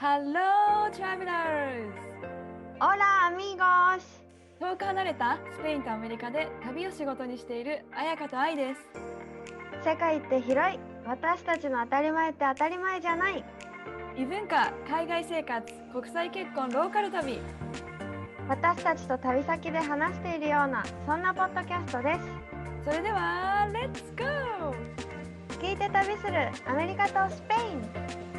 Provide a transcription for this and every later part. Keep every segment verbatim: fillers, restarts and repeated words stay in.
Hello, travelers! Hola, amigos! 遠く離れたスペインとアメリカで旅を仕事にしている彩香と愛です。 世界って広い。私たちの当たり前って当たり前じゃない。 異文化、海外生活、国際結婚、ローカル旅。 私たちと旅先で話しているような、そんなポッドキャストです。 それでは、レッツゴー！ 聞いて旅するアメリカとスペイン。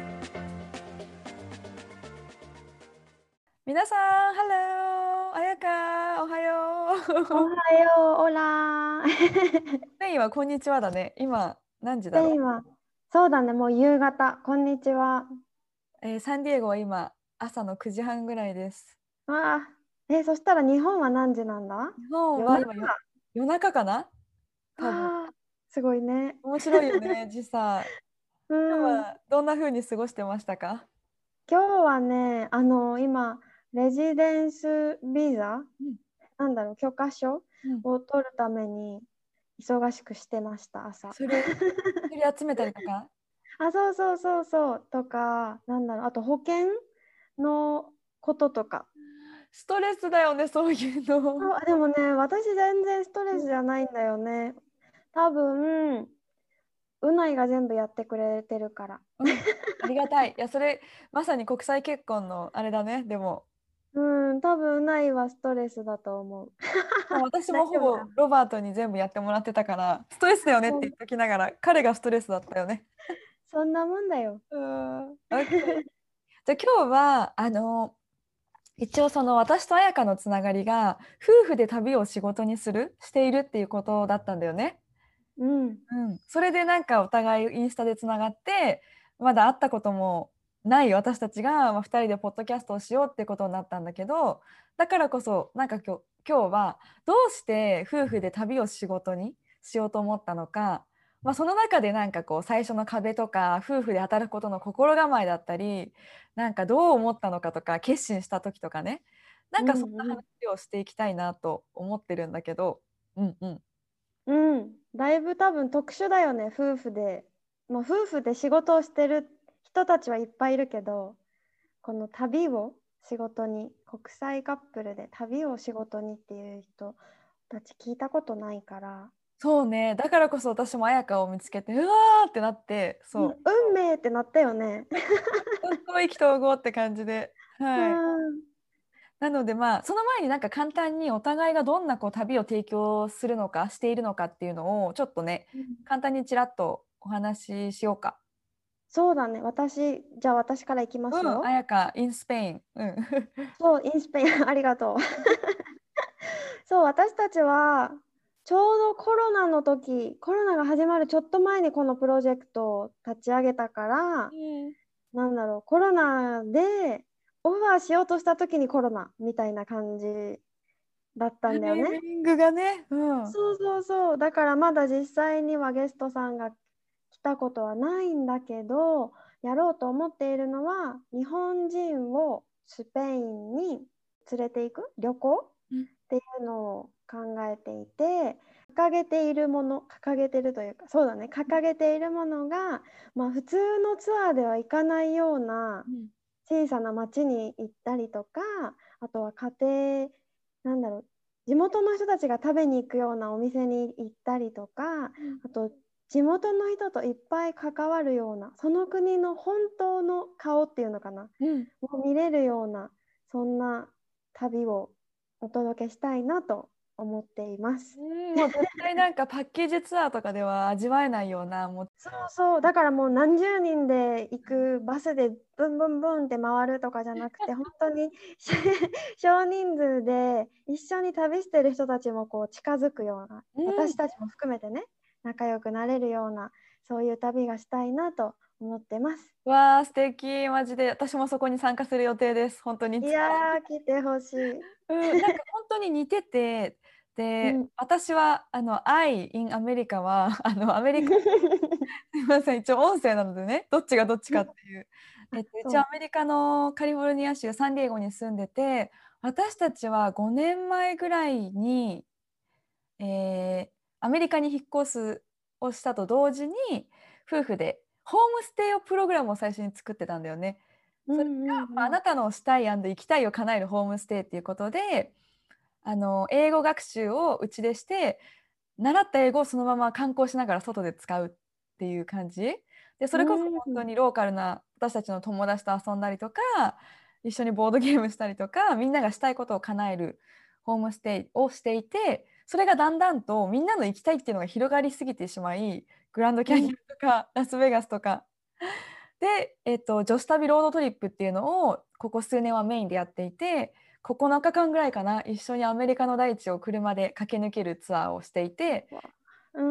皆さん、Hello! 彩香、おはよう。 おはよう、オラー。 スペインはこんにちはだね。今、何時スだろう、 ペインは、そうだね、もう夕方。こんにちは。 えーサンディエゴは今、朝のくじはんぐらいです。 ああ、え、そしたら日本は何時なんだ？ 日本夜中。 は今よ、夜中かな多分。 ああ、すごいね。 面白いよね、時差。 う今日ん。 はどんな風に過ごしてましたか？ 今日はね、あの、今、レジデンスビザうんなんだろう、許可証うん、 を取るために忙しくしてました、朝。 それ、それ集めたりとか。 あ、そうそうそうそう。とか、なんだろう、あと保険のこととか。 ストレスだよね、そういうの。 あ、でもね、私全然ストレスじゃないんだよね。多分、うないが全部やってくれてるから。 うん、ありがたい。いや、それ、まさに国際結婚のあれだね、でも。 うん、多分うないはストレスだと思う。 もう私大もほ丈夫かな。 ぼロバートに全部やってもらってたから、ストレスだよねって言っそう、 ときながら、彼がストレスだったよね。 そんなもんだよ。 うん。OK。じゃあ今日は、あの、一応その私と彩香のつながりが夫婦で旅を仕事にするしているっていうことだったんだよね。 うん。 うん、それでなんかお互いインスタでつながってまだ会ったこともない私たちが、まあ、ふたりでポッドキャストをしようってことになったんだけど、だからこそなんか今日、今日はどうして夫婦で旅を仕事にしようと思ったのか、まあ、その中でなんかこう最初の壁とか夫婦で働くことの心構えだったり、なんかどう思ったのかとか決心した時とかね、なんかそんなうんうん。 話をしていきたいなと思ってるんだけど。うんうん。 うん、だいぶ多分特殊だよね、夫婦で。まあ、夫婦で仕事をしてる人たちはいっぱいいるけど、この旅を仕事に、国際カップルで旅を仕事にっていう人たち聞いたことないから、 そうね。だからこそ私も彩香を見つけて、うわーってなって、 うん、 そう。 運命ってなったよね。 本当意気投合って感じで。 うはい。 ん、 なのでまあ、その前になんか簡単にお互いがどんなこう旅を提供するのか、しているのかっていうのを、ちょっとね、 うん、 簡単にちらっとお話ししようか。 そうだね、私、じゃあ私からいきまうん、 すよ。 彩香、インスペイン。うん。 そう、インスペイン、ありがとう。そう、私たちはちょうどコロナの時、コロナが始まるちょっと前にこのプロジェクトを立ち上げたから、 うん、 なんだろう、コロナでオファーしようとした時にコロナみたいな感じだったタんだよね。 イミングがね、うん。 そうそうそう。だからまだ実際にはゲストさんが来たことはないんだけど、やろうと思っているのは、日本人をスペインに連れていく旅行うん、 っていうのを考えていて、掲げているもの、掲げてるというか、そうだね、掲げているものが、まあ、普通のツアーでは行かないようなうん、 小さな町に行ったりとか、あとは家庭、なんだろう、地元の人たちが食べに行くようなお店に行ったりとか、 うん、 あと地元の人といっぱい関わるような、その国の本当の顔っていうのかな、 うん。 を見れるような、そんな旅をお届けしたいなと思っています。 うん、もう絶対なんかパッケージツアーとかでは味わえないような、もう。 そうそう、だからもう何十人で行くバスでブンブンブンって回るとかじゃなくて、本当に少人数で一緒に旅してる人たちもこう近づくような、 うん。 私たちも含めてね、仲良くなれるような、そういう旅がしたいなと思ってます。 わあ、素敵、マジで。私もそこに参加する予定です。本当にいいつか。 やー、来てほしい。 うん、なんか本当に似てて、で、 うん。 私は、あの、I in アメリカは、あの、アメリカ、すみません、一応音声なのでね、どっちがどっちかっていう。えあ、 っと、一そう。 応アメリカのカリフォルニア州サンディエゴに住んでて、私たちはごねんまえぐらいに、えーアメリカに引っ越すをしたと同時に、夫婦でホームステイをプログラムを最初に作ってたんだよね。 それが、 うんうんまあ、あなたのしたい行きたいを叶えるホームステイっていうことで、あの英語学習をうちでして、習った英語をそのまま観光しながら外で使うっていう感じで、それこそうんうん本当にローカルな私たちの友達と遊んだりとか、一緒にボードゲームしたりとか、みんながしたいことを叶えるホームステイをしていて、それがだんだんとみんなの行きたいっていうのが広がりすぎてしまい、グランドキャニオンとかラスベガスとかで、えっと、女子旅ロードトリップっていうのをここ数年はメインでやっていて、ここのかかんぐらいかな、一緒にアメリカの大地を車で駆け抜けるツアーをしていて、 うん。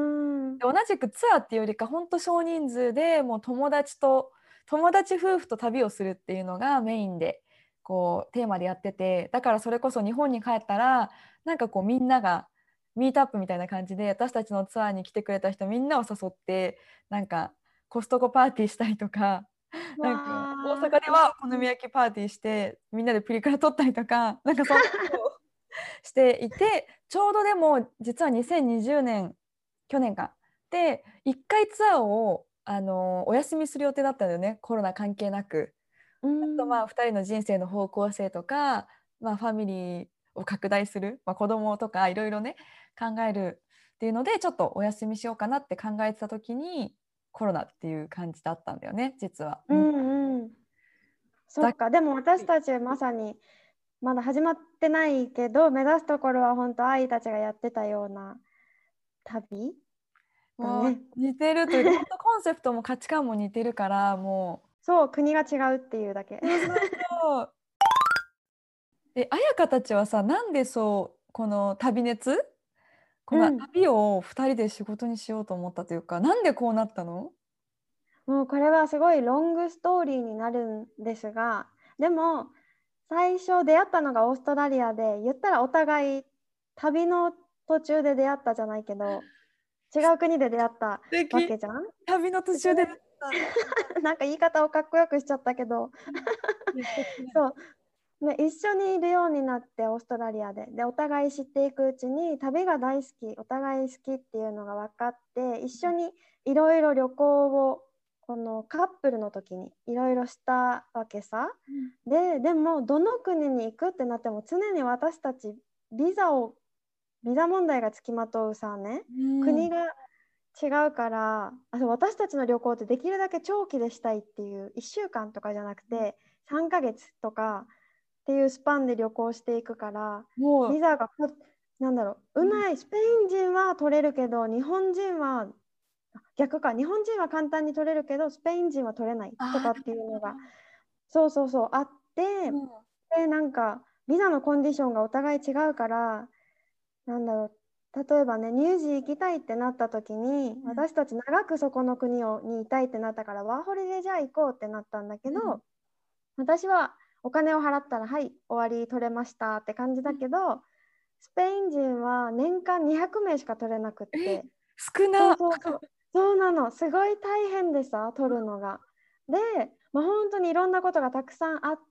で同じくツアーっていうよりか本当少人数でもう友達と友達夫婦と旅をするっていうのがメインでこうテーマでやってて、だからそれこそ日本に帰ったらなんかこうみんながミートアップみたいな感じで私たちのツアーに来てくれた人みんなを誘ってなんかコストコパーティーしたりとか、なんか大わあ、 阪でいいはお好み焼きパーティーしてみんなでプリクラ撮ったりとか、なんかそんなことをしていて、ちょうどでも実はにせんにじゅうねん、去年かでいっかいツアーをあのお休みする予定だったんだよね、コロナ関係なく。 うあとまん。 あふたりの人生の方向性とか、まあ、ファミリーを拡大する、まあ、子供とかいろいろね考えるっていうのでちょっとお休みしようかなって考えてた時にコロナっていう感じだったんだよね実は。 ううん、 んうん。そざっっか。でも私くりたちまさにまだ始まってないけど、目指すところは本当愛たちがやってたような旅だもうね。 似てるというか本当コンセプトも価値観も似てるからもそう、国が違うっていうだけ。 うそうそうそう。え、彩香たちはさ、なんでそうこの旅熱このうん。 旅をふたりで仕事にしようと思ったというか、なんでこうなったの？ もうこれはすごいロングストーリーになるんですが、でも最初出会ったのがオーストラリアで、言ったらお互い旅の途中で出会ったじゃないけど、違う国で出会った素敵。 わけじゃん。 旅の途中でだった。 なんか言い方をかっこよくしちゃったけど、 いや素敵だ。 そう、ね、一緒にいるようになってオーストラリアで、でお互い知っていくうちに旅が大好き、お互い好きっていうのが分かって、一緒にいろいろ旅行をこのカップルの時にいろいろしたわけさ。で、でもどの国に行くってなっても常に私たちビザをビザ問題がつきまとうさね、 うん。 国が違うから、あ、そう私たちの旅行ってできるだけ長期でしたいっていう、いっしゅうかんとかじゃなくてさんかげつとかっていうスパンで旅行していくから、 もう、 ビザがこなんだろう、うないスペイン人は取れるけど日本人は逆か、日本人は簡単に取れるけどスペイン人は取れないとあかっていうのがそうそうそうあって、 ー、うん、 でなんかビザのコンディションがお互い違うから、なんだろう、例えばね、乳児行きたいってなった時に、 うん、 私たち長くそこの国をにいたいってなったから、ワーホリでじゃあ行こうってなったんだけど、 うん、 私はお金を払ったら、はい、終わり取れましたって感じだけど、スペイン人は年間にひゃくめいしか取れなくっえ、 て、そう少な。 そうそう、そうなの、すごい大変でさ、取るのが。で、まあ、本当にいろんなことがたくさんあって、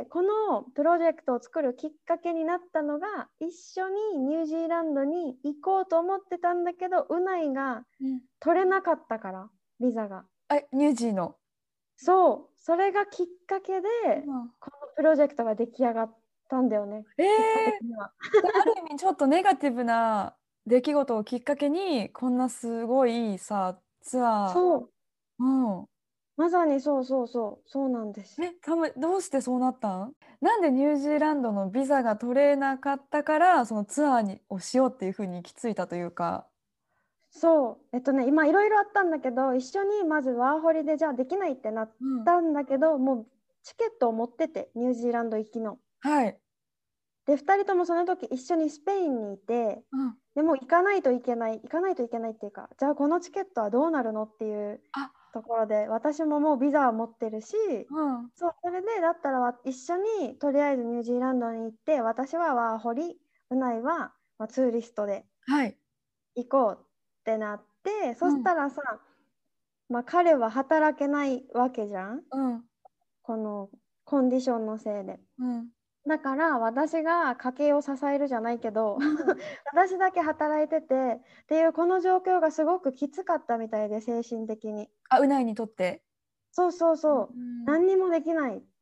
このプロジェクトを作るきっかけになったのが、一緒にニュージーランドに行こうと思ってたんだけど、うないがうん、 取れなかったから、ビザが。 え、ニュージーの。 そう、それがきっかけで、 うん、 このプロジェクトが出来上がったんだよね、 えー、 結果的には。 じゃあある意味ちょっとネガティブな出来事をきっかけにこんなすごいいいさツアそう、 ー、うん、 まさにそうそうそう、そうなんです。 え、たま、どうしてそうなったん？なんでニュージーランドのビザが取れなかったからそのツアーにをしようっていうふうに行き着いたというか。 そう、えっとね、今いろいろあったんだけど、一緒にまずワーホリでじゃあできないってなっうん、 たんだけど、もうチケットを持ってて、ニュージーランド行きの。 はい。 で、ふたりともその時一緒にスペインにいて、 うん、 でも行かないといけない、行かないといけないっていうか、じゃあこのチケットはどうなるのっていうあ、 ところで、私ももうビザは持ってるし、 うん、 そう、それでだったらわ一緒にとりあえずニュージーランドに行って、私はワーホリ、うないは、まあ、ツーリストではい。 行こうってなって、そうん、 したらさ、まあ、彼は働けないわけじゃん、 うん、 このコンディションのせいで。 うん、 だから私が家計を支えるじゃないけどうん。 私だけ働いててっていうこの状況がすごくきつかったみたいで、精神的に。 あ、うないにとって。 そうそうそう、 うん、 何にもできないっ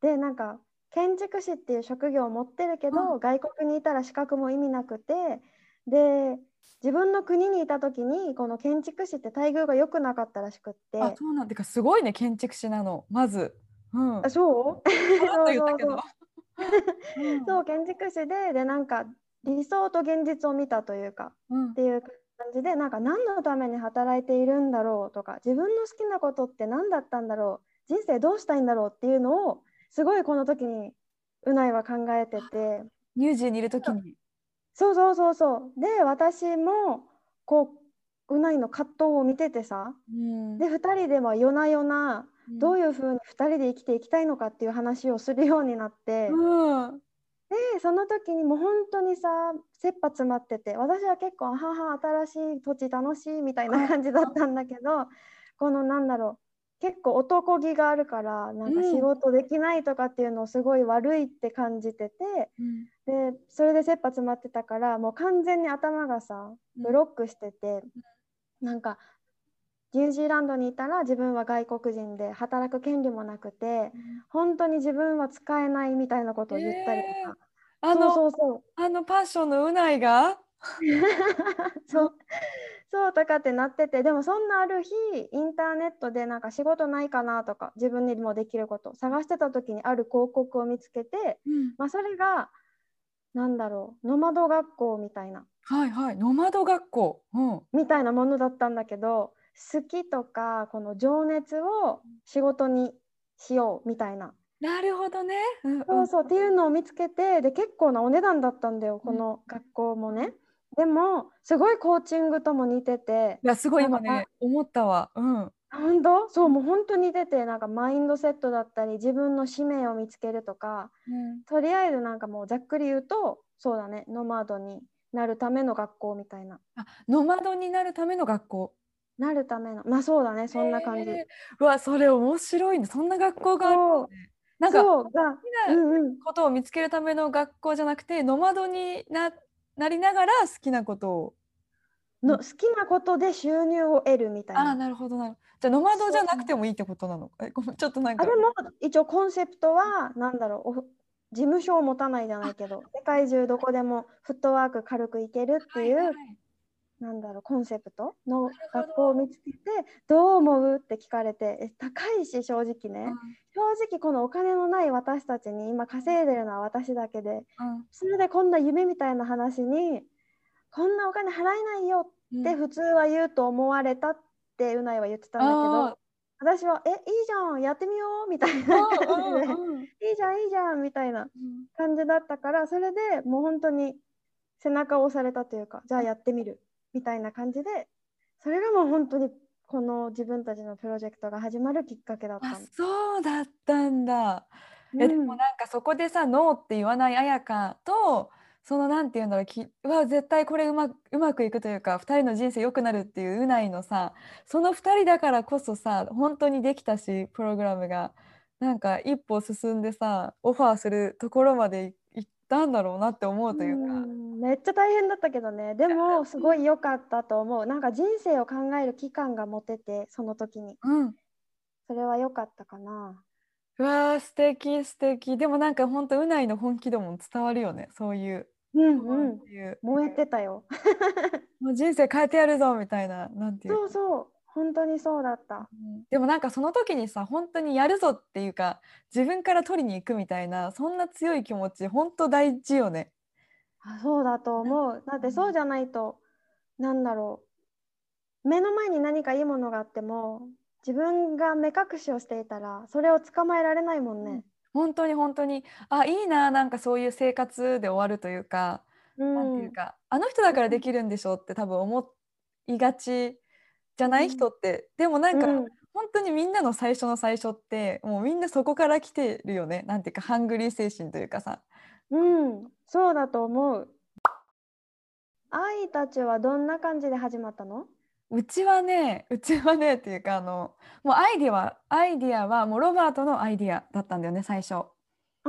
でなんか建築士っていう職業を持ってるけど、 うん、 外国にいたら資格も意味なくて、で自分の国にいた時にこの建築士って待遇が良くなかったらしくっあ、 て。 そうなんてかすごいね、建築士なのまず。うん。 あ、そうさらっとそう言ったけど。 そうそう。 うそん。 う建築士で、でなんか理想と現実を見たというかうん。 っていう感じで、なんか何のために働いているんだろうとか、自分の好きなことって何だったんだろう、人生どうしたいんだろうっていうのをすごいこの時にうないは考えてて。 乳児にいるときに。 そうそうそうそう。で私もこううないの葛藤を見ててさ、 うん。 でふたりでは夜な夜なうん。 どういうふうにふたりで生きていきたいのかっていう話をするようになって、 うん。 でその時にもう本当にさ切羽詰まってて、私は結構はは新しい土地楽しいみたいなあ、 感じだったんだけど、このなんだろう、結構男気があるからなうんか仕ん。 事できないとかっていうのをすごい悪いって感じてて、 うん。 でそれで切羽詰まってたからもう完全に頭がさうん。 ブロックしてて、なんかニュージーランドにいたら自分は外国人で働く権利もなくて、 うん。 本当に自分は使えないみたいなことを言ったりとえー、 か。そうあの、 そうそう。 あのパッションのうないが。うん。 そうそうとかってなってて、でもそんなある日インターネットでなんか仕事ないかなとか自分にもできること探してた時にある広告を見つけて、 うん。 まあ、それがなんだろうノマド学校みたいなはいはい。ノマド学校。うん。 みたいなものだったんだけど、好きとかこの情熱を仕事にしようみたいな。 なるほどね。うんうん。 そうそうっていうのを見つけて、で結構なお値段だったんだようん。 この学校もね。でもすごいコーチングとも似てて、 いや、すごいなんか、ま、 今ね、思ったわ。うん。 本当そうもう本当に似てて、なんかマインドセットだったり自分の使命を見つけるとか、 うん。 とりあえずなんかもうざっくり言うとそうだね、ノマドになるための学校みたいな。 あ、ノマドになるための学校。 なるための、まあそうだね、そんな感じ。 えー、うわ、それ面白いね。そんな学校があるそうのね。なんか、好そうが、 きなうんうん。 ことを見つけるための学校じゃなくて、ノマドにな、なりながら好きなことを。 の好きなことで収入を得るみたいああ、 な。 なるほどなるほど。じゃあ、ノマドじゃなくそう。 てもいいってことなの。え、ごめん、ちょっとなんか。 あ、でも一応コンセプトはなんだろう、お事務所を持たないじゃないけど、世界中どこでもフットワーク軽くいけるってはいいうはい。 なんだろうコンセプトのなるほ学校をど。 見つけて、どう思うって聞かれて、え高いし正直ね、 うん。 正直このお金のない私たちに今稼いでるのは私だけで、 うん。 それでこんな夢みたいな話にこんなお金払えないようん。 って普通は言うと思われたってうないは言ってたんだけど、 ああ。 私は「えいいじゃんやってみよう」みたいな感じうんでうんうん。 「いいじゃんいいじゃん」みたいなうん。 感じだったから、それでもう本当に背中を押されたというか、じゃあやってみるみたいな感じで、それがもう本当にこの自分たちのプロジェクトが始まるきっかけだっあ、 たの。 そうだったんだ。え、でもうん、 なんかそこでさ、ノーって言わない彩香と、そのなんて言うんだろう、きうわ、絶対これうまうまくいくというか、ふたりの人生良くなるっていううないのさ、そのふたりだからこそさ、本当にできたし、プログラムが。なんか一歩進んでさ、オファーするところまでい行ったんだろうなって思ううというか。 ん、めっちゃ大変だったけどね。でもすごい良かったと思う。なんか人生を考える期間が持てて、その時に。 うん。うん。 それは良かったかな。 うわー、素敵素敵。でもなんか本当うないの本気度も伝わるよね。そういう。 うんうん。 っていう。 燃えてたよ。 もう人生変えてやるぞみたいな、なんていうか。 そうそう。本当にそうだった。 うん、でもなんかその時にさ、本当にやるぞっていうか、自分から取りに行くみたいな、そんな強い気持ち、本当大事よね。 あ、そうだと思う。だってそうじゃないと、なんだろう。目の前に何かいいものがあっても、自分が目隠しをしていたら、それを捕まえられないもんうん、 ね。 本当に本当に、あ、いいな、なんかそういう生活で終わるというか、 うなんていん。うんうか、あの人だからできるんでしょって多分思いがちじゃないうん人って、でもなんか、 うん本当にみんなの最初の最初って、もうみんなそこから来てるよね。なんていうか、ハングリー精神というかさ。 うん、そうだと思う。愛たちはどんな感じで始まったの？ うちはね、うちはねっていうか、あの、もうアイディアは、アイディアはもうロバートのアイディアだったんだよね、最初。 うん。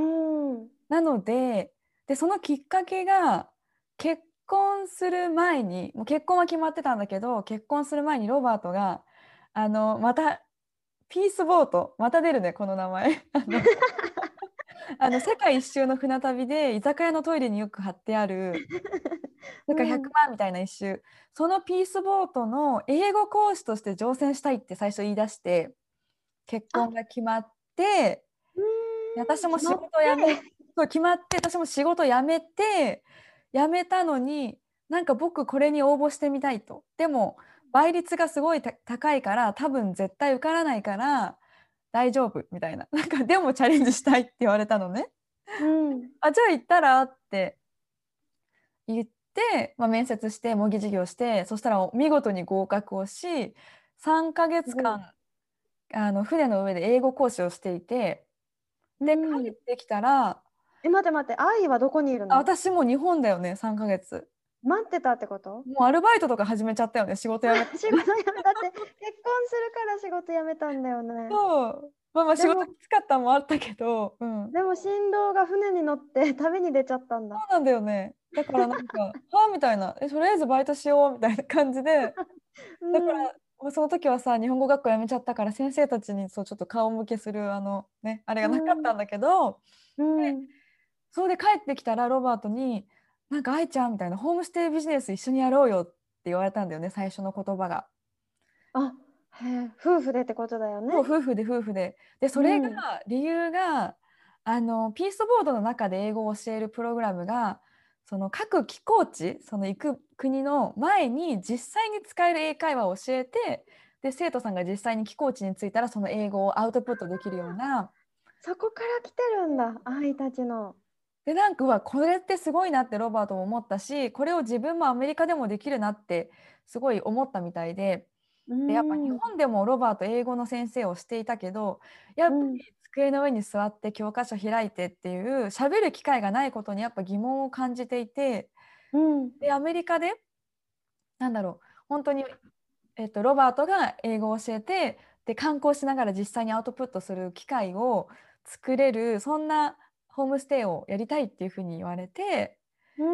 なので、で、そのきっかけが、結婚する前に、もう結婚は決まってたんだけど、結婚する前にロバートが、あの、また、ピースボート、また出るね、この名前。あのあの世界一周の船旅で居酒屋のトイレによく貼ってあるだからひゃくまんみたいな一周、そのピースボートの英語講師として乗船したいって最初言い出して結あ、 婚が決まって、 うーん、 私も仕決まっ事辞め、 て。 そう決まって私も仕事辞めて辞めたのになんか僕これに応募してみたいと。でも倍率がすごいた高いから多分絶対受からないから大丈夫みたいな。なんかでもチャレンジしたいって言われたのね。 うん。 あ、じゃあ行ったらって言って、まあ、面接して模擬授業して、そしたら見事に合格をしさんかげつかんあの船の上で英語講師をしていて、で帰うん。 ってきたら、 え、待って待って、愛はどこにいるあ、 の？ 私もう日本だよね、さんかげつ。 待ってたってこと？ もうアルバイトとか始めちゃったよね、仕事辞めた仕事のに。 辞めたって、結婚するから仕事辞めたんだよね。 そう。まあまあ仕事でも、 きつかったのもあったけど、うん。 でも新郎が船に乗って旅に出ちゃったんだ。 そうなんだよね。だからなんか、はあみたいな、え、とりあえずバイトしようみたいな感じで、 うだかん。 ら、その時はさ、日本語学校辞めちゃったから、先生たちにそうちょっと顔向けする、あのね、あれがなかっうん。 たんだけど、 うん。 それで帰ってきたら、ロバートに、なんか、愛ちゃんみたいな、ホームステイビジネス一緒にやろうよって言われたんだよね、最初の言葉が。 あ、へえ、夫婦でってことだよね。 そう、夫婦で夫婦で。で、それが、 うん。 理由が、あの、ピースボードの中で英語を教えるプログラムが、その各寄港地、その行く国の前に実際に使える英会話を教えて、で、生徒さんが実際に寄港地に着いたら、その英語をアウトプットできるような、 そこから来てるんだ、愛たちの。 で、なんか、うわ、これってすごいなってロバートも思ったし、これを自分もアメリカでもできるなってすごい思ったみたいで、 うで、やっぱ日ん。 本でもロバート英語の先生をしていたけど、やっぱうん。 り机の上に座って教科書開いてっていう喋る機会がないことにやっぱ疑問を感じていて、 うん。 で、アメリカで、なんだろう、本当に、えっと、ロバートが英語を教えて、で、観光しながら実際にアウトプットする機会を作れる、そんなホームステイをやりたいっていうふうに言われて、 うん。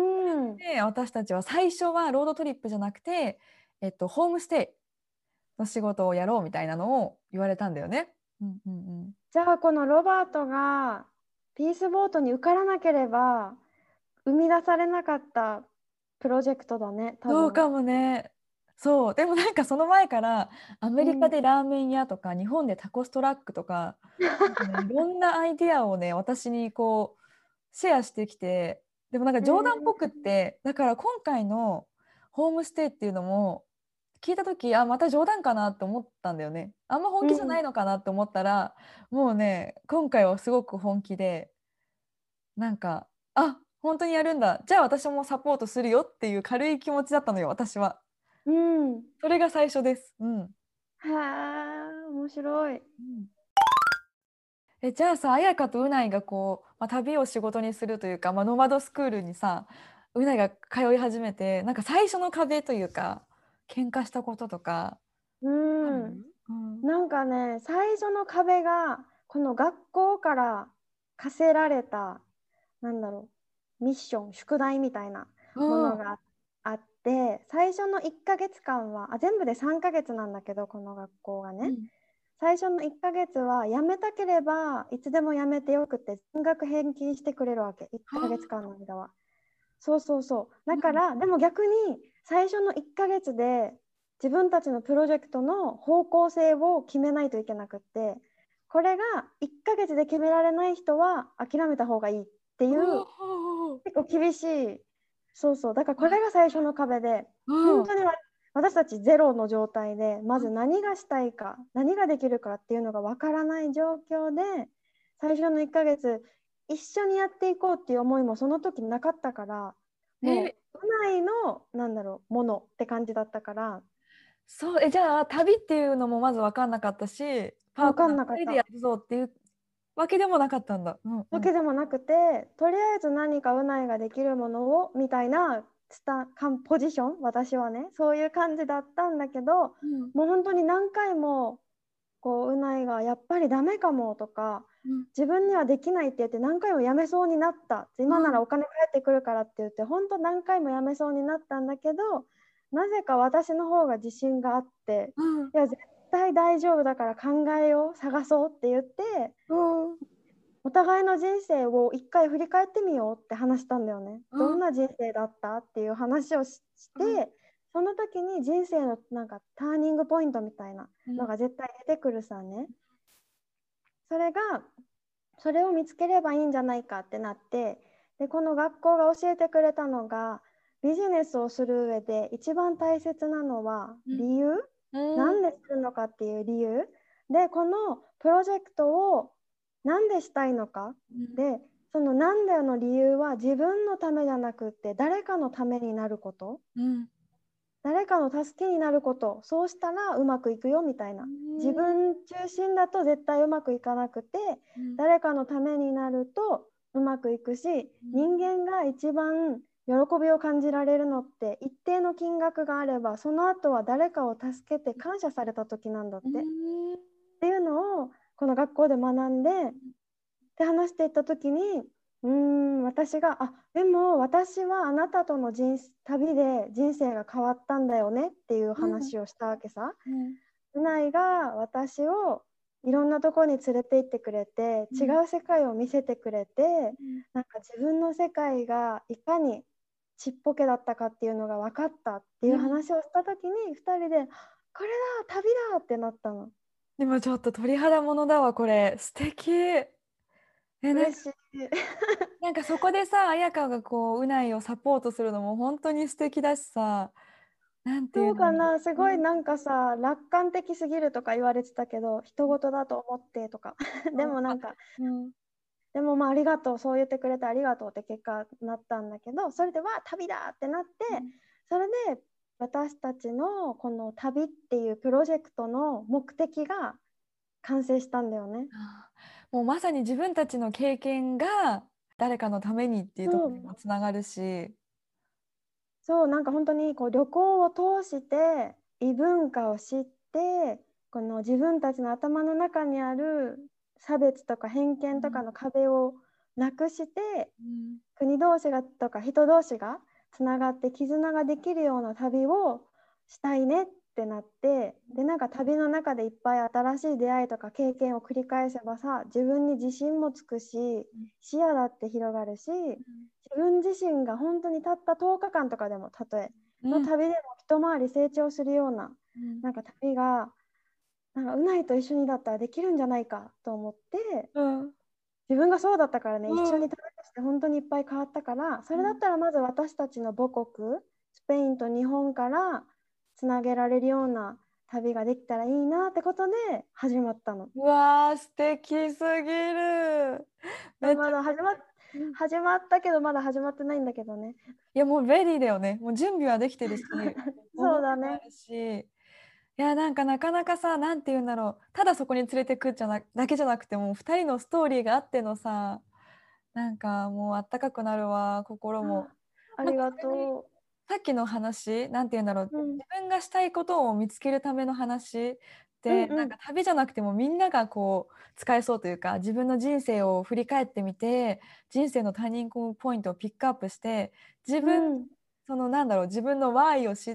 で、私たちは最初はロードトリップじゃなくて、えっと、ホームステイの仕事をやろうみたいなのを言われたんだよね。うんうんうん。 じゃあこのロバートがピースボートに受からなければ生み出されなかったプロジェクトだね、多分。 そうかもね。そう。でもなんかその前からアメリカうん。 でラーメン屋とか日本でタコストラックとか、なんかね、いろんなアイディアをね、私にこうシェアしてきて、でもなんかえ冗談っぽくっー、 て、だから今回のホームステイっていうのも聞いた時、あ、また冗談かなって思ったんだよね。あんま本気じゃなうん。 いのかなって思ったら、もうね、今回はすごく本気で、なんか、あ、本当にやるんだ。じゃあ私もサポートするよっていう軽い気持ちだったのよ、私は。 うん。 それが最初です。うん。 へえ、面白い。 うん、え、じゃあさ、彩香とうないがこう、まあ、旅を仕事にするというか、まあ、ノマドスクールにさ、うないが通い始めて、なんか最初の壁というか、喧嘩したこととかうある？ ん。 うん。 なんかね、最初の壁がこの学校から課せられた、なんだろう、ミッション、宿題みたいなうん。 ものがあって、最初のいっかげつかんは、あ、全部でさんかげつなんだけど、この学校がね。 うん。 最初のいっかげつは辞めたければいつでも辞めてよくて全額返金してくれるわけ、いっかげつかんの間は。そうそうそう。だかうん。 らでも逆に最初のいっかげつで自分たちのプロジェクトの方向性を決めないといけなくって、これがいっかげつで決められない人は諦めた方がいいっていおうー。 結構厳しい。そうそう。だからこれが最初の壁で、 うん。 本当に私たちゼロの状態で、まず何がしたいか、何ができるかっていうのがわからない状況で、最初のいっかげつ、一緒にやっていこうっていう思いもその時なかったから、 え、 もう、都内の、なんだろう、ものって感じだったから、 そう、え、じゃあ旅っていうのもまず分かんなかったし、パー分かトナーんなかった。 ふたりでやるぞっていうわけでもなかったんだ。うんうん。 わけでもなくて、とりあえず何かうないができるものをみたいなスタカンポジション、私はね、そういう感じだったんだけど、 うん。 もう本当に何回もこううないがやっぱりダメかもとか、 うん。 自分にはできないって言って何回もやめそうになった、 うん。 今ならお金返ってくるからって言って本当何回もやめそうになったんだけど、なぜか私の方が自信があって、 うん。 いや絶対大丈夫だから考えよう、探そうって言って、 うん。 お互いの人生を一回振り返ってみようって話したんだよね。 うんどんな人生だったっていう話をしして、その時に人生のなんかターニングポイントみたいなのが絶対出てくるさね。それがそれを見つければいいんじゃないかってなって、でこの学校が教えてくれたのが、ビジネスをする上で一番大切なのは理由、 うんなんでするのかっていう理由で、このプロジェクトをなんでしたいのか、 うんでそのなんでの理由は自分のためじゃなくって誰かのためになること、 うん誰かの助けになること、そうしたらうまくいくよみたいな。自分中心だと絶対うまくいかなくて、 うん誰かのためになるとうまくいくし、人間が一番喜びを感じられるのって一定の金額があれば、その後は誰かを助けて感謝された時なんだって、 うんっていうのをこの学校で学んで、で話していった時に、うーん私があでも私はあなたとの人旅で人生が変わったんだよねっていう話をしたわけさ。 うんうないが私をいろんなところに連れて行ってくれて、違う世界を見せてくれて、なんか自分の世界がいかにちっぽけだったかっていうのが分かったっていう話をした時に、ふたりでこれだ旅だってなったの。 でもちょっと鳥肌ものだわこれ、素敵。えなんか、 嬉しい。 なんかそこでさ綾香がこううないをサポートするのも本当に素敵だしさ、なんていうそうのに、 かな、すうん、 ごいなんかさ、楽観的すぎるとか言われてたけど、人事だと思ってとか。でもなんか、 うんでもまあありがとう、そう言ってくれてありがとうって結果になったんだけど、それでわあ旅だってなって、それで私たちのこの旅っていうプロジェクトの目的が完成したんだよね。 あーもうまさに自分たちの経験が誰かのためにっていうところにそう、 もつながるし、 そうなんか本当にこう旅行を通して異文化を知って、この自分たちの頭の中にある差別とか偏見とかの壁をなくして、 うん国同士がとか人同士がつながって絆ができるような旅をしたいねってなって、でなんか旅の中でいっぱい新しい出会いとか経験を繰り返せばさ、自分に自信もつくし、視野だって広がるし、自分自身が本当にたったとおかかんとかでも、たとえうんの旅でも一回り成長するような、 うんなんか旅がなんかうないと一緒にだったらできるんじゃないかと思って、 うん自分がそうだったからね、一緒うんに旅をして本当にいっぱい変わったから、それだったらまず私たちの母国スペインと日本からつなげられるような旅ができたらいいなってことで始まったの。 うわー素敵すぎる。めっちゃ、 まだ始まっうん、 始まったけどまだ始まってないんだけどね。 いやもうレディーだよね。もう準備はできてるし、思いそうだね。 もあるし、いやなんかなかなかさ、なんて言うんだろう、ただそこに連れてくじゃなだけじゃなくてもふたりのストーリーがあってのさ、なんかもうあったかくなるわ心も。なんかありがそれにとさっきの話、なんて言うんだろう、 う。うん、 自分がしたいことを見つけるための話で、 うんうんなんか旅じゃなくてもみんながこう使えそうというか、自分の人生を振り返ってみて、人生のターニングポイントをピックアップして、自分、 うんそのなんだろう、自分の ワイ を知って、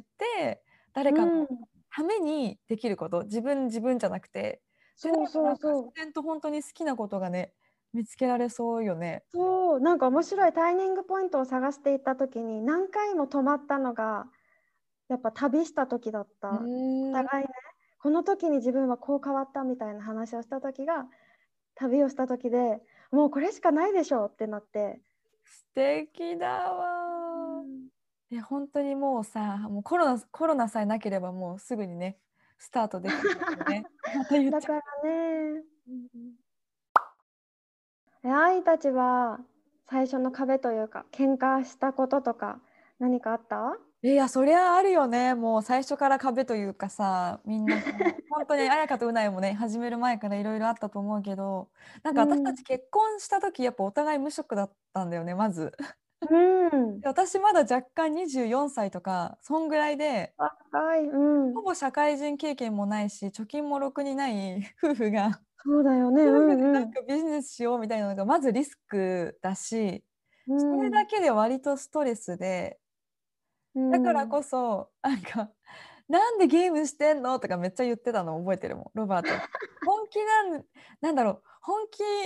誰かのうん、 ためにできること、自分自分じゃなくて、ってなそうるとなんか自そうそう。 然と本当に好きなことがね、見つけられそうよね。 そう、なんか面白いタイミングポイントを探していった時に何回も止まったのがやっぱ旅した時だっうた。おーん、 互いね、この時に自分はこう変わったみたいな話をした時が旅をした時で、もうこれしかないでしょってなって。 素敵だうわ。 ん、 いや本当にもうさ、もうコロナ、コロナさえなければもうすぐにね、スタートできるよね。また言っちゃだからね、 う。うんえ愛たちは最初の壁というか喧嘩したこととか何かあった？ いや、そりゃあるよね。もう最初から壁というかさ、みんなこう、本当に彩香とうないもね、始める前からいろいろあったと思うけど、なんか私たうん。 ち結婚した時、やっぱお互い無職だったんだよね、まず。 うん。 で私まだ若干にじゅうよんさいとか、そんぐらいで、 若い。うん。 ほぼ社会人経験もないし、貯金もろくにない夫婦が、 そうだよね。う夫婦でんうん。 なんかビジネスしようみたいなのがまずリスクだし、 うそれだん。 けで割とストレスで、 うだからん。 こそ、なんか、なんでゲームしてんのとかめっちゃ言ってたの覚えてるもん、ロバートに。本気なん、なんだろう、本気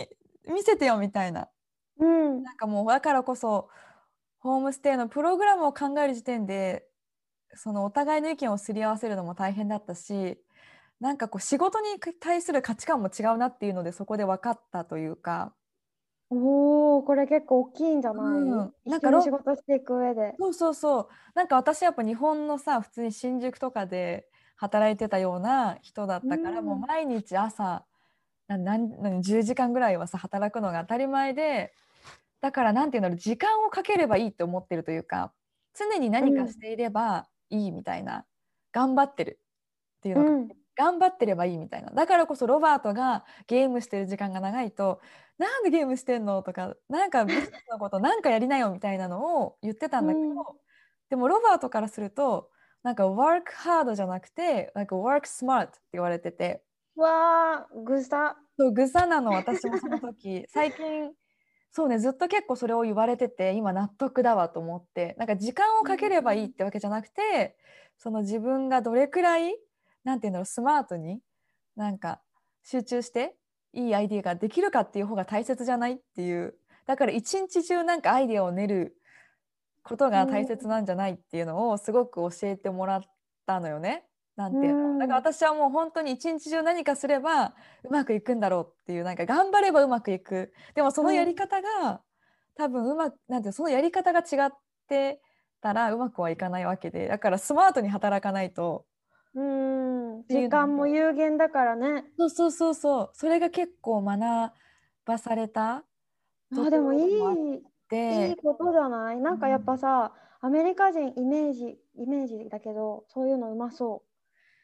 見せてよみたいな。 うん。 なんかもうだからこそホームステイのプログラムを考える時点でそのお互いの意見をすり合わせるのも大変だったし、なんかこう仕事に対する価値観も違うなっていうのでそこで分かったというか、 おお、これ結構大きいんじゃない？ うん、なん一緒に仕かロ事していく上で。 そうそうそう。なんか私やっぱ日本のさ、普通に新宿とかで働いてたような人だっうたから、もうん。 毎日朝、な、なん何じゅうじかんぐらいはさ、働くのが当たり前で、だからなんていうんだろう、時間をかければいいって思ってるというか、常にうん。 何かしていればいいみたいな、頑張ってるっていうのか、 うん。 頑張ってればいいみたいな。だからこそロバートがゲームしてる時間が長いと、なんでゲームしてんのとか、なんかビジネスのことなんかやりなよみたいなのを言ってたんだけうん。 ど、でもロバートからすると、なんか work hard じゃなくて、なんか work smart って言われてて、 わあ、ぐさ。 そう、ぐさなの私もその時、最近、そうね、ずっと結構それを言われてて、今納得だわと思って、なんか時間をかければいいってわけじゃなくて、その自分がどれくらい、なんていうんだろう、スマートに、なんか集中していいアイディアができるかっていう方が大切じゃないっていう、だから一日中なんかアイディアを練ることが大うん。 切なんじゃないっていうのをすごく教えてもらったのよね。なんうていうの。だからん。 私はもう本当に一日中何かすればうまくいくんだろうっていう、なんか頑張ればうまくいく。でもそのやりうん。 方が多分うまく、なんていうの、そのやり方が違ってたらうまくはいかないわけで、だからスマートに働かないとうん。 っていうの時間もを、 有限だからね。 そうそうそうそう、それが結構学ばされたとあ、でもいころでもあっい、いいて、 ことじゃない？なんかやっうん、 ぱさ、アメリカ人イメージ、イメージだけど、そういうのうまそう。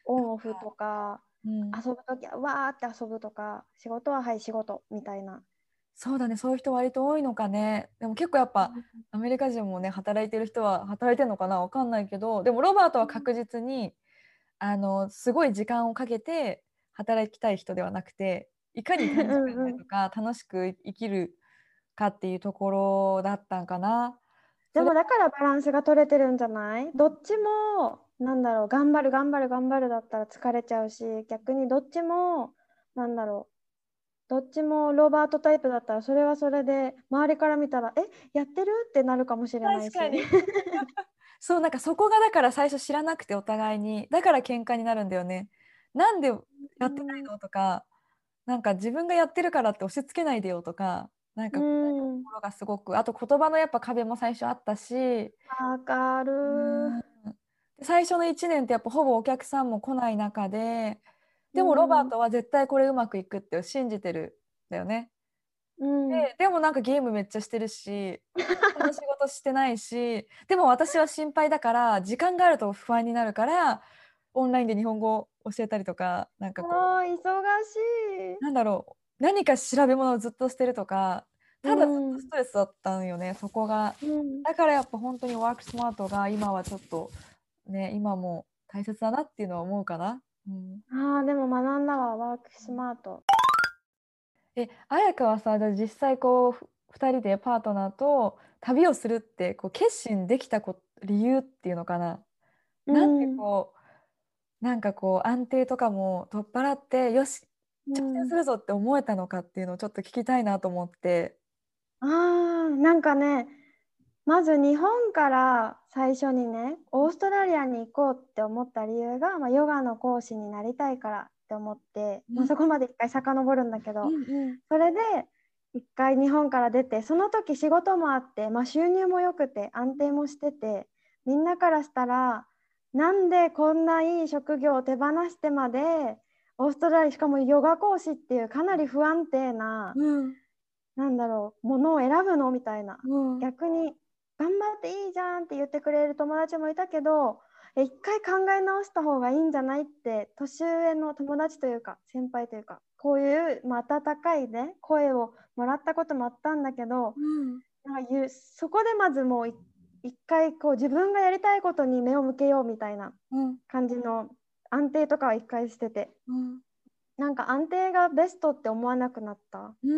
オンオフとか、 うん、 遊ぶときはわーって遊ぶとか、仕事ははい仕事みたいな。 そうだね、そういう人割と多いのかね。でも結構やっぱアメリカ人もね、働いてる人は働いてるのかな、わかんないけど、でもロバートは確実にあのすごい時間をかけて働きたい人ではなくて、いかに短時間うんうん。 でとか楽しく生きるかっていうところだったんかな。それ、 でもだからバランスが取れてるんじゃない？どっちも、なんだろう、頑張る頑張る頑張るだったら疲れちゃうし、逆にどっちも、なんだろう、どっちもロバートタイプだったら、それはそれで、周りから見たら、え、やってるってなるかもしれないし。 確かに。そう、なんかそこがだから最初知らなくてお互いに、だから喧嘩になるんだよね。なんでやってないのとか、なんか自分がやってるからって押し付けないでよとか、なんうかこういうとん、 ころがすごく、あと言葉のやっぱ壁も最初あったし、 わかるうん、 ー。 で最初のいちねんってやっぱほぼお客さんも来ない中で、 うでもロバーん、 トは絶対これうまくいくって信じてるんだよね。 うん、 で、でもなんかゲームめっちゃしてるし、他の仕事してないし、でも私は心配だから、時間があると不安になるから、オンラインで日本語を教えたりとか、なんかこあー、忙しう、なんだろう、何か調べ物をずっとしてるとか、 い。うただずっとスん、 トレスだったんよね、そこが。 うん。 だからやっぱ本当にワークスマートが今はちょっとね、今も大切だなっていうのは思うかな。うん、 ああ、でも学んだわ、ワークスマート。 え、綾香はさ、じゃあ実際こう、ふ二人でパートナーと旅をするってこう決心できたこ理由っていうのかな。 うなんでん、 こう、なんかこう安定とかも取っ払って、よし、挑戦うん。 するぞって思えたのかっていうのをちょっと聞きたいなと思って。 ああ、なんかね、まず日本から最初にね、オーストラリアに行こうって思った理由が、まあ、ヨガの講師になりたいからって思って、まあ、 うんそこまで一回遡るんだけうど、 んうん。 それで一回日本から出て、その時仕事もあって、まあ、収入も良くて安定もしてて、みんなからしたら、なんでこんないい職業を手放してまで、オーストラリア、しかもヨガ講師っていうかなり不安定な、 うんなんだろう、ものを選ぶのみたいな。 うん逆に、頑張っていいじゃんって言ってくれる友達もいたけど、え一回考え直した方がいいんじゃないって、年上の友達というか、先輩というか、こういう、まあ、温かいね、声をもらったこともあったんだけど、 うんなんか言うそこでまずもうい一回こう自分がやりたいことに目を向けようみたいなうん感じの安定とかは一回してて、 うんなんか安定がベストって思わなくなったうん。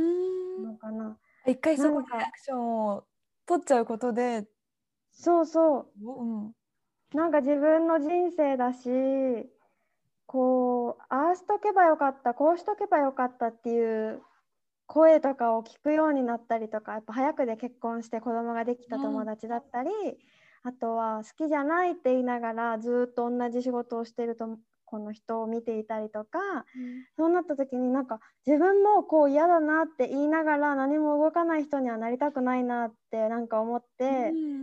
のかな。 一回そこでなんかアクションを取っちゃうことで、 そうそうん、 う。なんか自分の人生だし、こう、ああしとけばよかった、こうしとけばよかったっていう声とかを聞くようになったりとか、やっぱ早くで結婚して子供ができた友達だったり、あとは好きじゃないって言いながらずっと同じ仕事をしてるとこの人を見ていたりとか、うん、そうなった時になんか自分もこう嫌だなって言いながら何も動かない人にはなりたくないなってなんか思って、うん、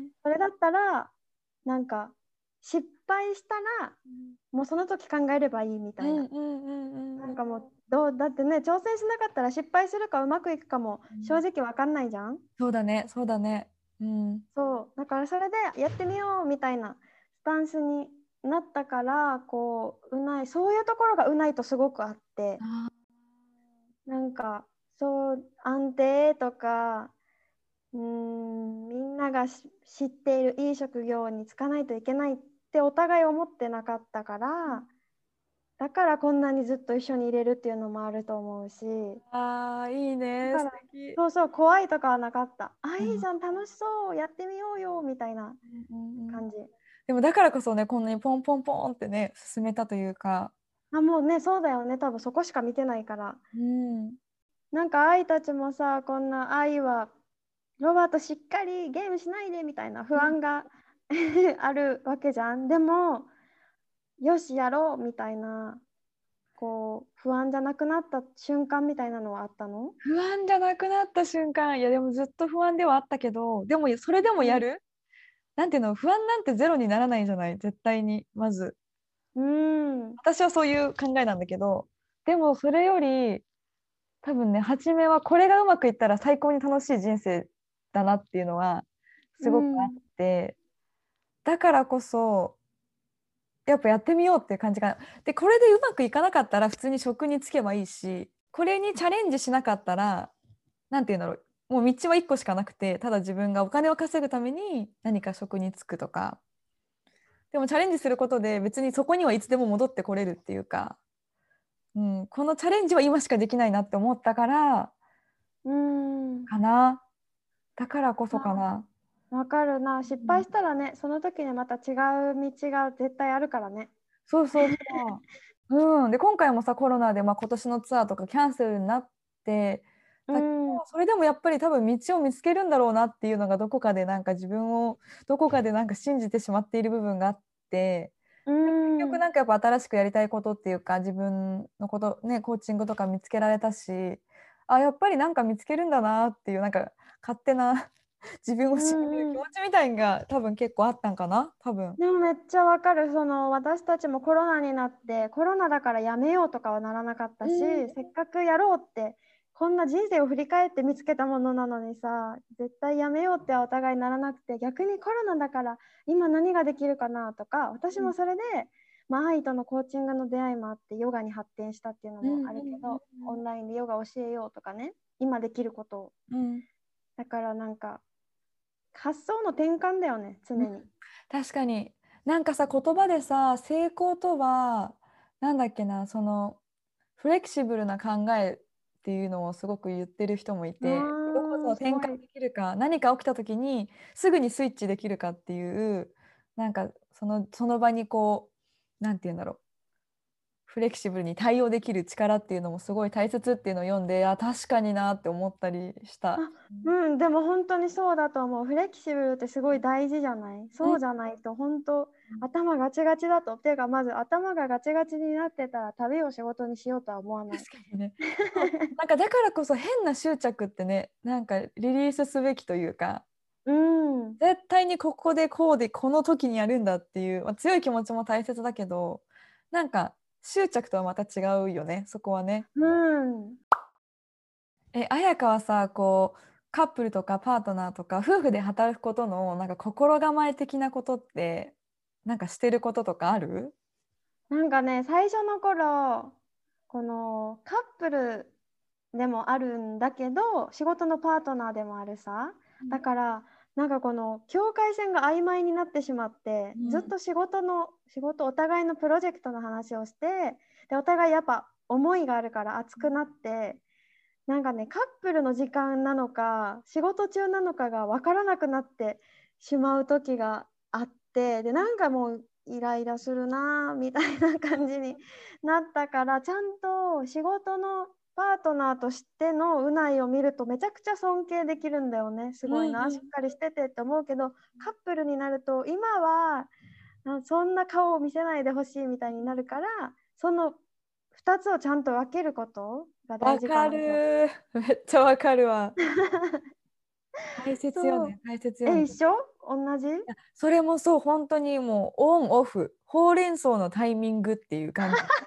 それだったらなんか失敗したら、うん、もうその時考えればいいみたいな、なんかもうどうだってね、挑戦しなかったら失敗するかうまくいくかも正直わかんないじゃん、うん、 そうだねそうだね、うん、 そうだからそれでやってみようみたいなスタンスになったから、こううないそういうところがうないとすごくあって、なんかそう安定とか、うーんみんなが知っているいい職業に就かないといけないってお互い思ってなかったから、だからこんなにずっと一緒にいれるっていうのもあると思うし。 あーいいね、 だから素敵。 そうそう怖いとかはなかった。あ、いいじゃん、楽しそうやってみようよみたいな感じ、うんうんうん、 でもだからこそねこんなにポンポンポンってね進めたというか、 あもうねそうだよね、多分そこしか見てないから、 うん、 なんか愛たちもさ、こんな愛はロバートしっかりゲームしないでみたいな不安が、うん、あるわけじゃん。でもよしやろうみたいな、こう不安じゃなくなった瞬間みたいなのはあったの？ 不安じゃなくなった瞬間、いやでもずっと不安ではあったけど、でもそれでもやる、うん、なんていうの、不安なんてゼロにならないじゃない、絶対に。まず、 うん、 私はそういう考えなんだけど、でもそれより多分ね、初めはこれがうまくいったら最高に楽しい人生だなっていうのはすごくあって、うん、だからこそやっぱやってみようっていう感じかな。でこれでうまくいかなかったら普通に職に就けばいいし、これにチャレンジしなかったらなんていうんだろう、もう道はいっこしかなくて、ただ自分がお金を稼ぐために何か職に就くとか。でもチャレンジすることで別にそこにはいつでも戻ってこれるっていうか、うん、このチャレンジは今しかできないなって思ったからうんかな。だからこそかな。 わかるな。失敗したらね、うん、その時にまた違う道が絶対あるからね。 そうそうそう。うん、で今回もさコロナで、まあ、今年のツアーとかキャンセルになってだけど、うん、それでもやっぱり多分道を見つけるんだろうなっていうのがどこかでなんか自分をどこかでなんか信じてしまっている部分があって、うん、結局なんかやっぱ新しくやりたいことっていうか自分のことねコーチングとか見つけられたし、あやっぱりなんか見つけるんだなっていうなんか勝手な自分を信じる気持ちみたいが多分結構あったんかな多分。 でもめっちゃわかる。その私たちもコロナになってコロナだからやめようとかはならなかったし、うん、せっかくやろうってこんな人生を振り返って見つけたものなのにさ、絶対やめようってはお互いならなくて、逆にコロナだから今何ができるかなとか、私もそれで、うん、まあ愛とのコーチングの出会いもあってヨガに発展したっていうのもあるけど、オンラインでヨガ教えようとかね、今できることを、うん、だからなんか発想の転換だよね、常に、うん、 確かになんかさ言葉でさ成功とはなんだっけな、そのフレキシブルな考えっていうのをすごく言ってる人もいて、どこその転換できるか、何か起きた時にすぐにスイッチできるかっていうなんかそのその場にこうなんて言うんだろう、フレキシブルに対応できる力っていうのもすごい大切っていうのを読んで、あ確かになって思ったりした。 あ、うん、でも本当にそうだと思う。フレキシブルってすごい大事じゃない？そうじゃないと本当、うん、頭ガチガチだと、っていうかまず頭がガチガチになってたら旅を仕事にしようとは思わない。 確かにねなんかだからこそ変な執着ってね、なんかリリースすべきというか、うん、絶対にここでこうでこの時にやるんだっていう、まあ、強い気持ちも大切だけど、なんか執着とはまた違うよね、そこはね。うん、え、綾香はさ、こうカップルとかパートナーとか夫婦で働くことのなんか心構え的なことってなんかしてることとかある？ なんかね、最初の頃このカップルでもあるんだけど仕事のパートナーでもあるさ、だからなんかこの境界線が曖昧になってしまって、うん、ずっと仕事の仕事お互いのプロジェクトの話をして、でお互いやっぱ思いがあるから熱くなって、なんかねカップルの時間なのか仕事中なのかが分からなくなってしまう時があって、でなんかもうイライラするなみたいな感じになったから、ちゃんと仕事のパートナーとしてのうないを見るとめちゃくちゃ尊敬できるんだよね。すごいな、 うんうん、 しっかりしててって思うけど、カップルになると今はそんな顔を見せないでほしいみたいになるから、そのふたつをちゃんと分けることが大事かわかなと。 る。めっちゃわかるわ。大切よそう。 ね、大切よね。 え、一緒同じ。 それもそう、本当にもうオンオフ、ほうれん草のタイミングっていう感じ。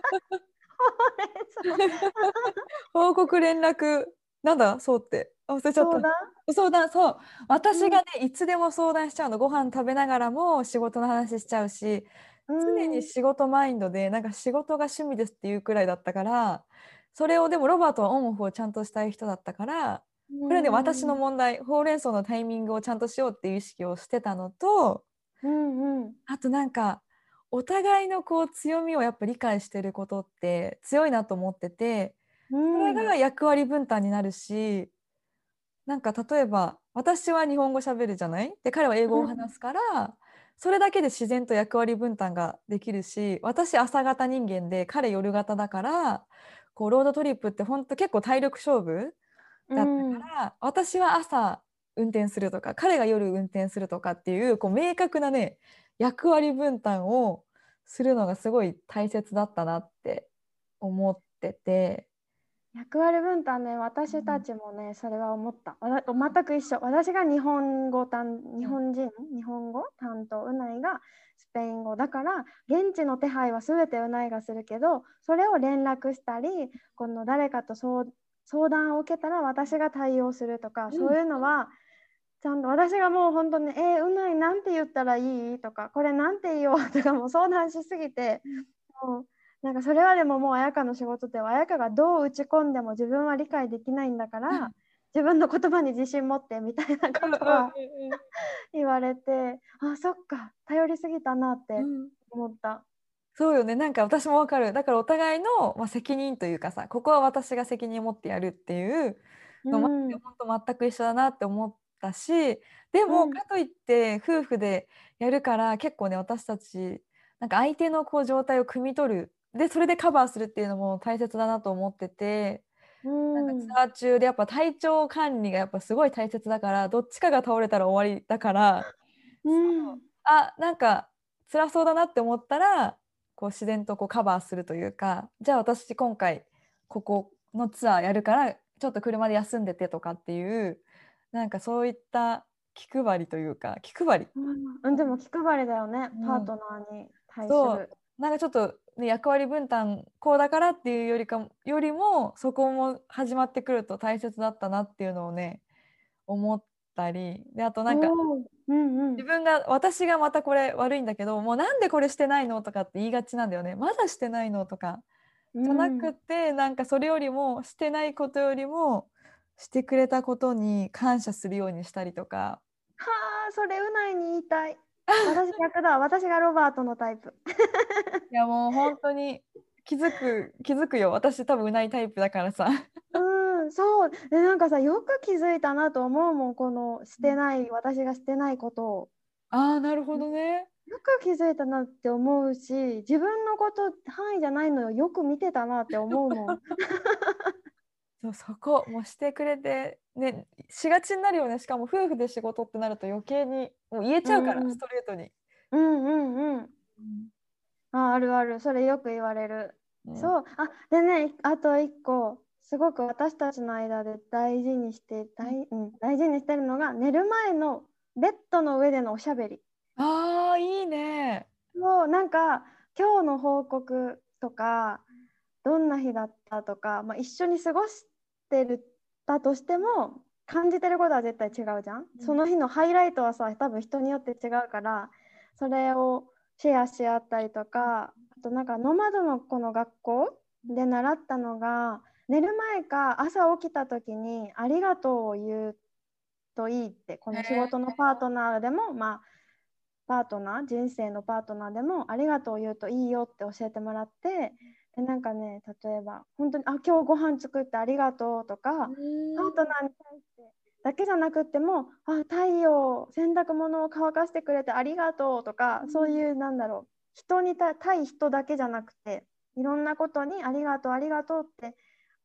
報告連絡、なんだそうって。あ忘れちゃった。 相談。 相談、そう。私うんがね、いつでも相談しちゃうの。ご飯食べながらも仕事の話しちゃうし、 う常にん仕事マインドで、なんか仕事が趣味ですっていうくらいだったから、それをでもロバートはオンオフをちゃんとしたい人だったから、 うこれはね、私のん問題、ほうれん草のタイミングをちゃんとしようっていう意識をしてたのと、 うんうんあとなんか、お互いのこう強みをやっぱ理解してることって強いなと思ってて、 うそれんが役割分担になるし、なんか例えば私は日本語喋るじゃないで、彼は英語を話すから、それだけで自然と役割分担ができるし、私朝型人間で彼夜型だから、こうロードトリップって本当結構体力勝負うだったかん。 ら、私は朝運転するとか彼が夜運転するとかっていう、こう明確なね役割分担をするのがすごい大切だったなって思ってて。 役割分担ね、私たうんちもね、それは思った。わた全く一緒。私が日本語担、日うん本人、日本語担当、うないがスペイン語だから、現地の手配は全てうないがするけど、それを連絡したり、この誰かと相相談を受けたら私が対応するとか、そういうのは、ちゃんと私がもう本当に、えー、うないなんて言ったらいいとか、これなんて言おうとかも相談しすぎて、もうなんかそれはでももう彩香の仕事では彩香がどう打ち込んでも自分は理解できないんだから自分の言葉に自信持ってみたいなことは言われて、あ、そっか、頼りすぎたなってうんうん、 思った。 そうよね。なんか私もわかる。だからお互いの、まあ、責任というかさ、ここは私が責任を持ってやるっていうのもうん本当全く一緒だなって思ったし、でもうんかといって夫婦でやるから結構ね、私たちなんか相手のこう状態を汲み取る。で、それでカバーするっていうのも大切だなと思ってて、 うなんかツんアー中でやっぱ体調管理がやっぱすごい大切だから、どっちかが倒れたら終わりだから、 うそうん。 あ、なんか辛そうだなって思ったら、こう自然とこうカバーするというか、じゃあ私今回ここのツアーやるからちょっと車で休んでてとかっていう、なんかそういった気配りというか、気配り、 うん、でも気配りだよね、 うん、 パートナーに対すそうる。 なんかちょっと、ね、役割分担こうだからっていうよりかよりも、そこも始まってくると大切だったなっていうのをね思ったりで、あとなんかおーうんうん自分が私がまたこれ悪いんだけど、もうなんでこれしてないのとかって言いがちなんだよね。まだしてないのとかうじゃなくん。 て、なんかそれよりもしてないことよりもしてくれたことに感謝するようにしたりとか。 はあ、それうないに言いたい。私逆だ。私がロバートのタイプ。 いやもう本当に気づく気づくよ。私多分うないタイプだからさ。 うん、そう。で、なんかさ、よく気づいたなと思うもん、このしてない、私がしてないことを。 ああ、なるほどね。 よく気づいたなって思うし、自分のこと範囲じゃないのをよく見てたなって思うもん。 そう、そこもうしてくれてね、しがちになるよね。しかも夫婦で仕事ってなると余計にもう言えちゃうから、 うん、うんストレートに。 うんうん。 うんあ、あるある。それよく言われる。 うん、 そう。あ、でね、あと一個、すごく私たちの間で大事にして、大、うん、大事にしてるのが、寝る前のベッドの上でのおしゃべり。 ああ、いいね。 もうなんか今日の報告とかどんな日だったとか、まあ、一緒に過ごしてるだとしても感じてることは絶対違うじゃん。 うんその日のハイライトはさ多分人によって違うからそれをシェアし合ったりとか、あとなんかノマドの子の学校で習ったのが寝る前か朝起きた時にありがとうを言うといいって、こへの仕事のパートナーでもまあパートナー、人生のパートナーでもありがとうを言うといいよって教えてもらって、でなんかね、例えば本当にあ今日ご飯作ってありがとうとか、 うパんートナーに対してだけじゃなくってもあ太陽洗濯物を乾かしてくれてありがとうとか、そういうなんだろう、人にた対人だけじゃなくていろんなことにありがとうありがとうって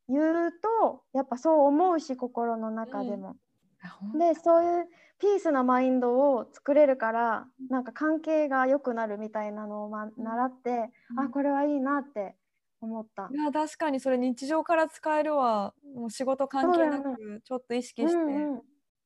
言うとやっぱそう思うし、心の中でも、うん、でそういうピースなマインドを作れるから、なんか関係が良くなるみたいなのを、ま、習って、うん、あ、これはいいなって思った。 いや確かにそれ日常から使えるわ。もう仕事関係なくちょっと意識して、うんうん、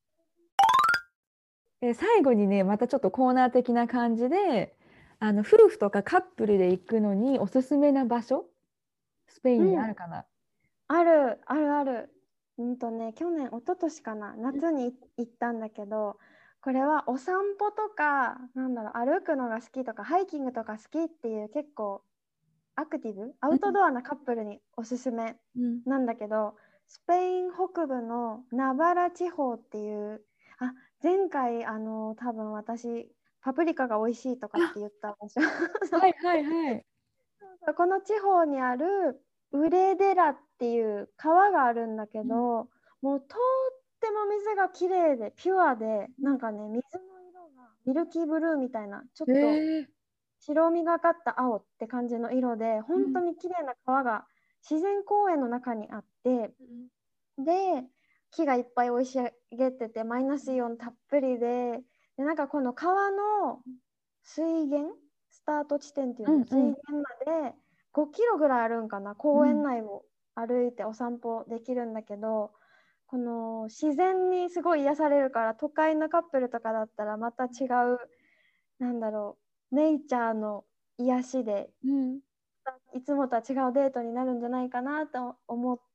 で最後にねまたちょっとコーナー的な感じで、あの夫婦とかカップルで行くのにおすすめな場所スペインにあるかな、 うん、あるあるある。うんとね、去年一昨年かな、夏に行ったんだけど、これはお散歩とかなんだろう、歩くのが好きとかハイキングとか好きっていう結構アクティブアウトドアなカップルにおすすめなんだけど、うん、スペイン北部のナバラ地方っていう、あ、前回あの多分私パプリカが美味しいとかって言った場所はいはいはい。 この地方にあるウレデラっていう川があるんだけど、うん、もうとっても水がきれいでピュアで、なんかね、水の色がミルキーブルーみたいな、ちょっと白みがかった青って感じの色で、本当にきれいな川が自然公園の中にあって、うん、で木がいっぱい生い茂っててマイナスイオンたっぷりで、でなんかこの川の水源スタート地点っていうの、うんうん、水源までごキロぐらいあるんかな、公園内を歩いてお散歩できるんだけど、この自然にすごい癒されるから、都会のカップルとかだったらまた違う、なんだろう、ネイチャーの癒しで、うん、いつもとは違うデートになるんじゃないかなと思って、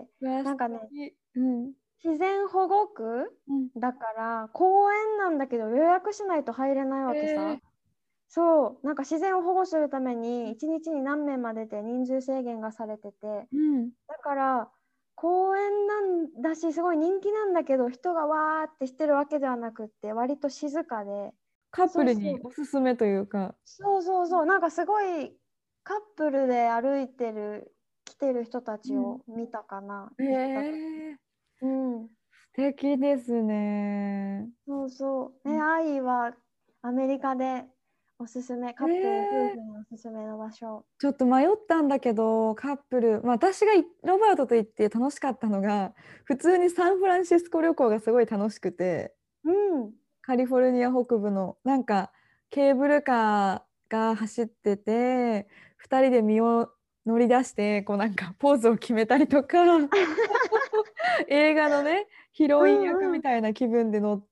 なんかね、うん、自然保護区、うん、だから公園なんだけど予約しないと入れないわけさ、えー、そう、なんか自然を保護するためにいちにちに何名までで人数制限がされてて、うん、だから公園なんだしすごい人気なんだけど、人がわーってしてるわけではなくって割と静かで、 カップルにおすすめというか、 そうそうそう、なんかすごいカップルで歩いてる来てる人たちを見たかな、 うん、えー、うん、 素敵ですね。 そうそう、ね、愛はアメリカでおすすめ、カップル、えー、夫婦におすすめの場所。 ちょっと迷ったんだけど、カップル、まあ、私がロバートと行って楽しかったのが、普通にサンフランシスコ旅行がすごい楽しくて、 うん、 カリフォルニア北部のなんかケーブルカーが走ってて、ふたりで身を乗り出してこうなんかポーズを決めたりとか映画のねヒロイン役みたいな気分で乗って、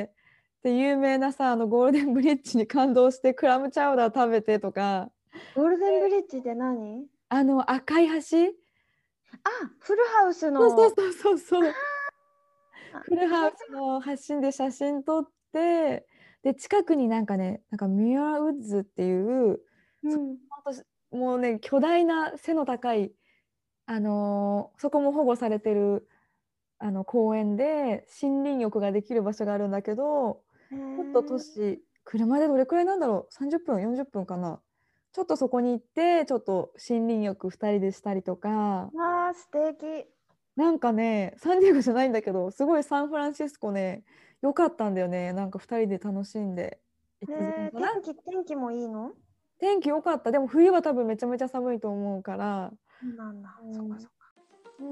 うんうん、で有名なさあのゴールデンブリッジに感動してクラムチャウダー食べてとか。 ゴールデンブリッジって何？ あの赤い橋、 あ、フルハウスの。 そうそうそうそうフルハウスの橋で写真撮って、で近くになんかね、なんかミュアウッズっていう、うん、もうね巨大な背の高い、あのー、そこも保護されてるあの公園で森林浴ができる場所があるんだけど、ちょっと都市車でどれくらいなんだろう、さんじゅっぷんよんじゅっぷんかな、ちょっとそこに行ってちょっと森林浴ふたりでしたりとか。 わー素敵。 なんかね、サンディエゴじゃないんだけど、すごいサンフランシスコね、良かったんだよね。なんかふたりで楽しんでいちじかんかな。 天気、天気もいいの？ 天気良かった。でも冬は多分めちゃめちゃ寒いと思うから。 そうなんだ。うん、そっかそっか。うん。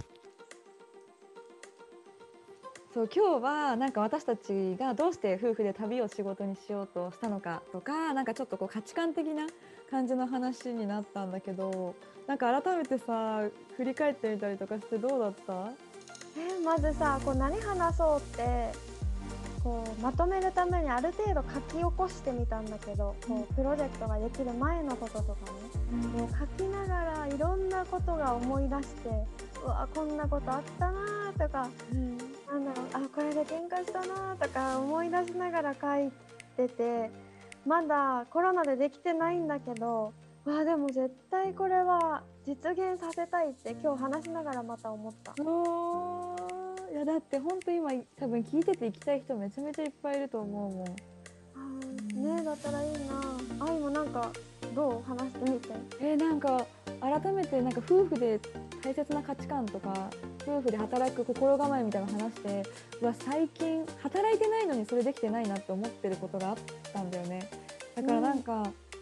そう、今日はなんか私たちがどうして夫婦で旅を仕事にしようとしたのかとか、なんかちょっとこう価値観的な感じの話になったんだけど、なんか改めてさ振り返ってみたりとかしてどうだった？ えまずさ、こう何話そうってこうまとめるためにある程度書き起こしてみたんだけど、こうプロジェクトができる前のこととかね、うん、もう書きながらいろんなことが思い出して、うわこんなことあったなとか、うん、なんだろう、あこれで喧嘩したなとか思い出しながら書いてて、まだコロナでできてないんだけど、わでも絶対これは実現させたいって今日話しながらまた思った。 おー、いやだって本当今多分聞いてて行きたい人めちゃめちゃいっぱいいると思うもん。 あねだったらいいな。愛もなんかどう話してみて。 えー、なんか改めてなんか夫婦で大切な価値観とか夫婦で働く心構えみたいな話して、うわ最近働いてないのにそれできてないなって思ってることがあったんだよね。だからなんか、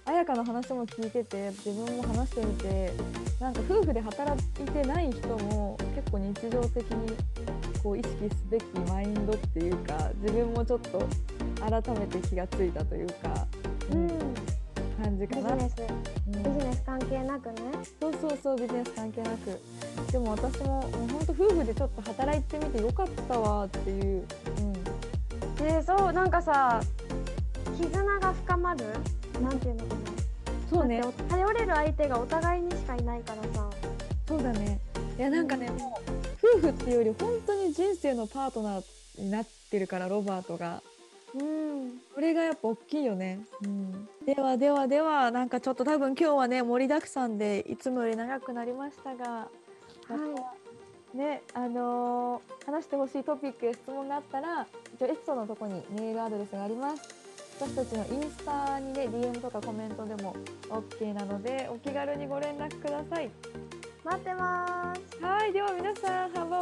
彩香の話も聞いてて自分も話してみて、なんか夫婦で働いてない人も結構日常的にこう意識すべきマインドっていうか、自分もちょっと改めて気がついたというか、 うん、 感じかな。 ビジネス、 うん、 ビジネス関係なくね。 そうそうそう、ビジネス関係なく。でも私ももう本当夫婦でちょっと働いてみてよかったわっていう、 うん、えー、そうなんかさ、絆が深まる、なんていうのかな。 そうね、 頼れる相手がお互いにしかいないからさ。 そうだね。いやなんかね、うん、もう夫婦っていうより本当に人生のパートナーになってるから、ロバートが。うん、それがやっぱ大きいよね。うん、ではではでは、なんかちょっと多分今日はね盛りだくさんでいつもより長くなりましたが、また、はい、ね、あのー、話してほしいトピックや質問があったら一応エピソードのとこにメールアドレスがあります。私たちのインスタにね ディーエム とかコメントでも OK なのでお気軽にご連絡ください。 待ってます。 はい、では皆さん、Have a